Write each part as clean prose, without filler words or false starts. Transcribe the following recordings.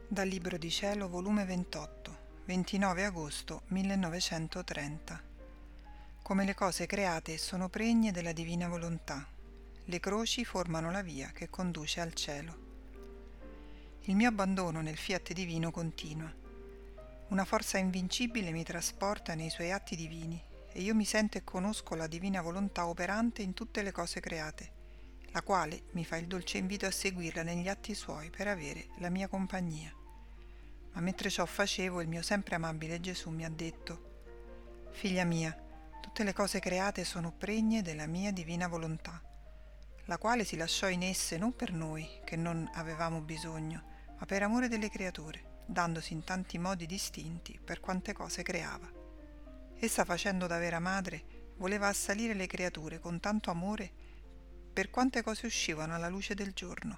Dal Libro di Cielo, volume 28, 29 agosto 1930. Come le cose create sono pregne della divina volontà, le croci formano la via che conduce al cielo. Il mio abbandono nel fiat divino continua. Una forza invincibile mi trasporta nei suoi atti divini e io mi sento e conosco la divina volontà operante in tutte le cose create, la quale mi fa il dolce invito a seguirla negli atti suoi per avere la mia compagnia. Ma mentre ciò facevo, il mio sempre amabile Gesù mi ha detto: «Figlia mia, tutte le cose create sono pregne della mia divina volontà, la quale si lasciò in esse non per noi, che non avevamo bisogno, ma per amore delle creature, dandosi in tanti modi distinti per quante cose creava. Essa, facendo da vera madre, voleva assalire le creature con tanto amore per quante cose uscivano alla luce del giorno.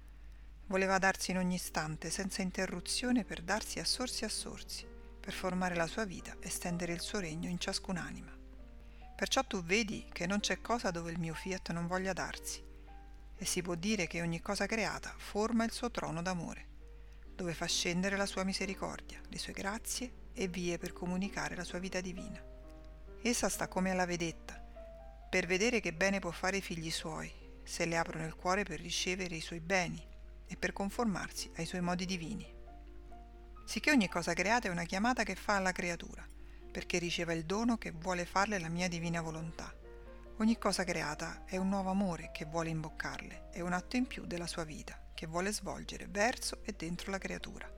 Voleva darsi in ogni istante, senza interruzione, per darsi a sorsi, per formare la sua vita e stendere il suo regno in ciascun'anima. Perciò tu vedi che non c'è cosa dove il mio fiat non voglia darsi, e si può dire che ogni cosa creata forma il suo trono d'amore, dove fa scendere la sua misericordia, le sue grazie e vie per comunicare la sua vita divina. Essa sta come alla vedetta, per vedere che bene può fare i figli suoi, se le aprono il cuore per ricevere i suoi beni e per conformarsi ai suoi modi divini. Sicché ogni cosa creata è una chiamata che fa alla creatura, perché riceva il dono che vuole farle la mia divina volontà. Ogni cosa creata è un nuovo amore che vuole imboccarle, è un atto in più della sua vita, che vuole svolgere verso e dentro la creatura.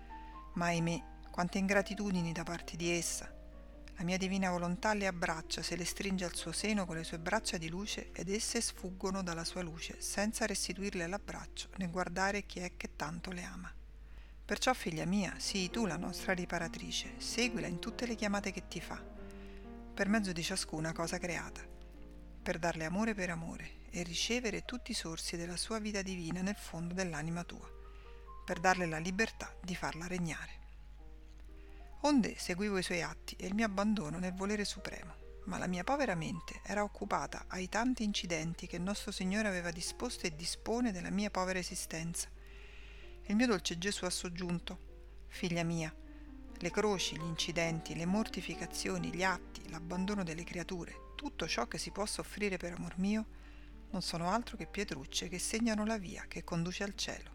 Ma ahimè, quante ingratitudini da parte di essa! La mia divina volontà le abbraccia, se le stringe al suo seno con le sue braccia di luce ed esse sfuggono dalla sua luce senza restituirle l'abbraccio né guardare chi è che tanto le ama. Perciò, figlia mia, sii tu la nostra riparatrice, seguila in tutte le chiamate che ti fa, per mezzo di ciascuna cosa creata, per darle amore per amore e ricevere tutti i sorsi della sua vita divina nel fondo dell'anima tua, per darle la libertà di farla regnare. Onde seguivo i suoi atti e il mio abbandono nel volere supremo, ma la mia povera mente era occupata ai tanti incidenti che nostro Signore aveva disposto e dispone della mia povera esistenza. Il mio dolce Gesù ha soggiunto: «Figlia mia, le croci, gli incidenti, le mortificazioni, gli atti, l'abbandono delle creature, tutto ciò che si può soffrire per amor mio, non sono altro che pietrucce che segnano la via che conduce al cielo.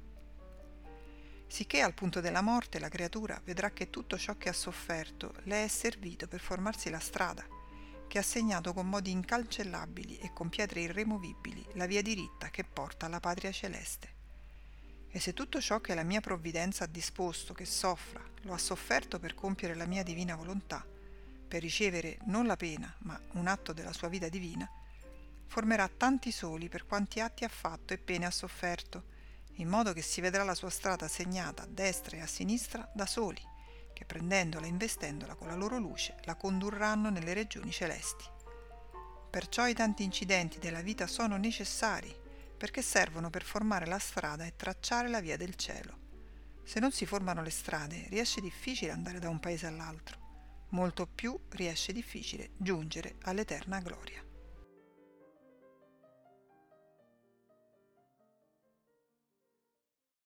Sicché al punto della morte la creatura vedrà che tutto ciò che ha sofferto le è servito per formarsi la strada, che ha segnato con modi incancellabili e con pietre irremovibili la via diritta che porta alla patria celeste. E se tutto ciò che la mia provvidenza ha disposto che soffra lo ha sofferto per compiere la mia divina volontà, per ricevere non la pena ma un atto della sua vita divina, formerà tanti soli per quanti atti ha fatto e pene ha sofferto, in modo che si vedrà la sua strada segnata a destra e a sinistra da soli, che prendendola e investendola con la loro luce la condurranno nelle regioni celesti. Perciò i tanti incidenti della vita sono necessari, perché servono per formare la strada e tracciare la via del cielo. Se non si formano le strade, riesce difficile andare da un paese all'altro, molto più riesce difficile giungere all'eterna gloria».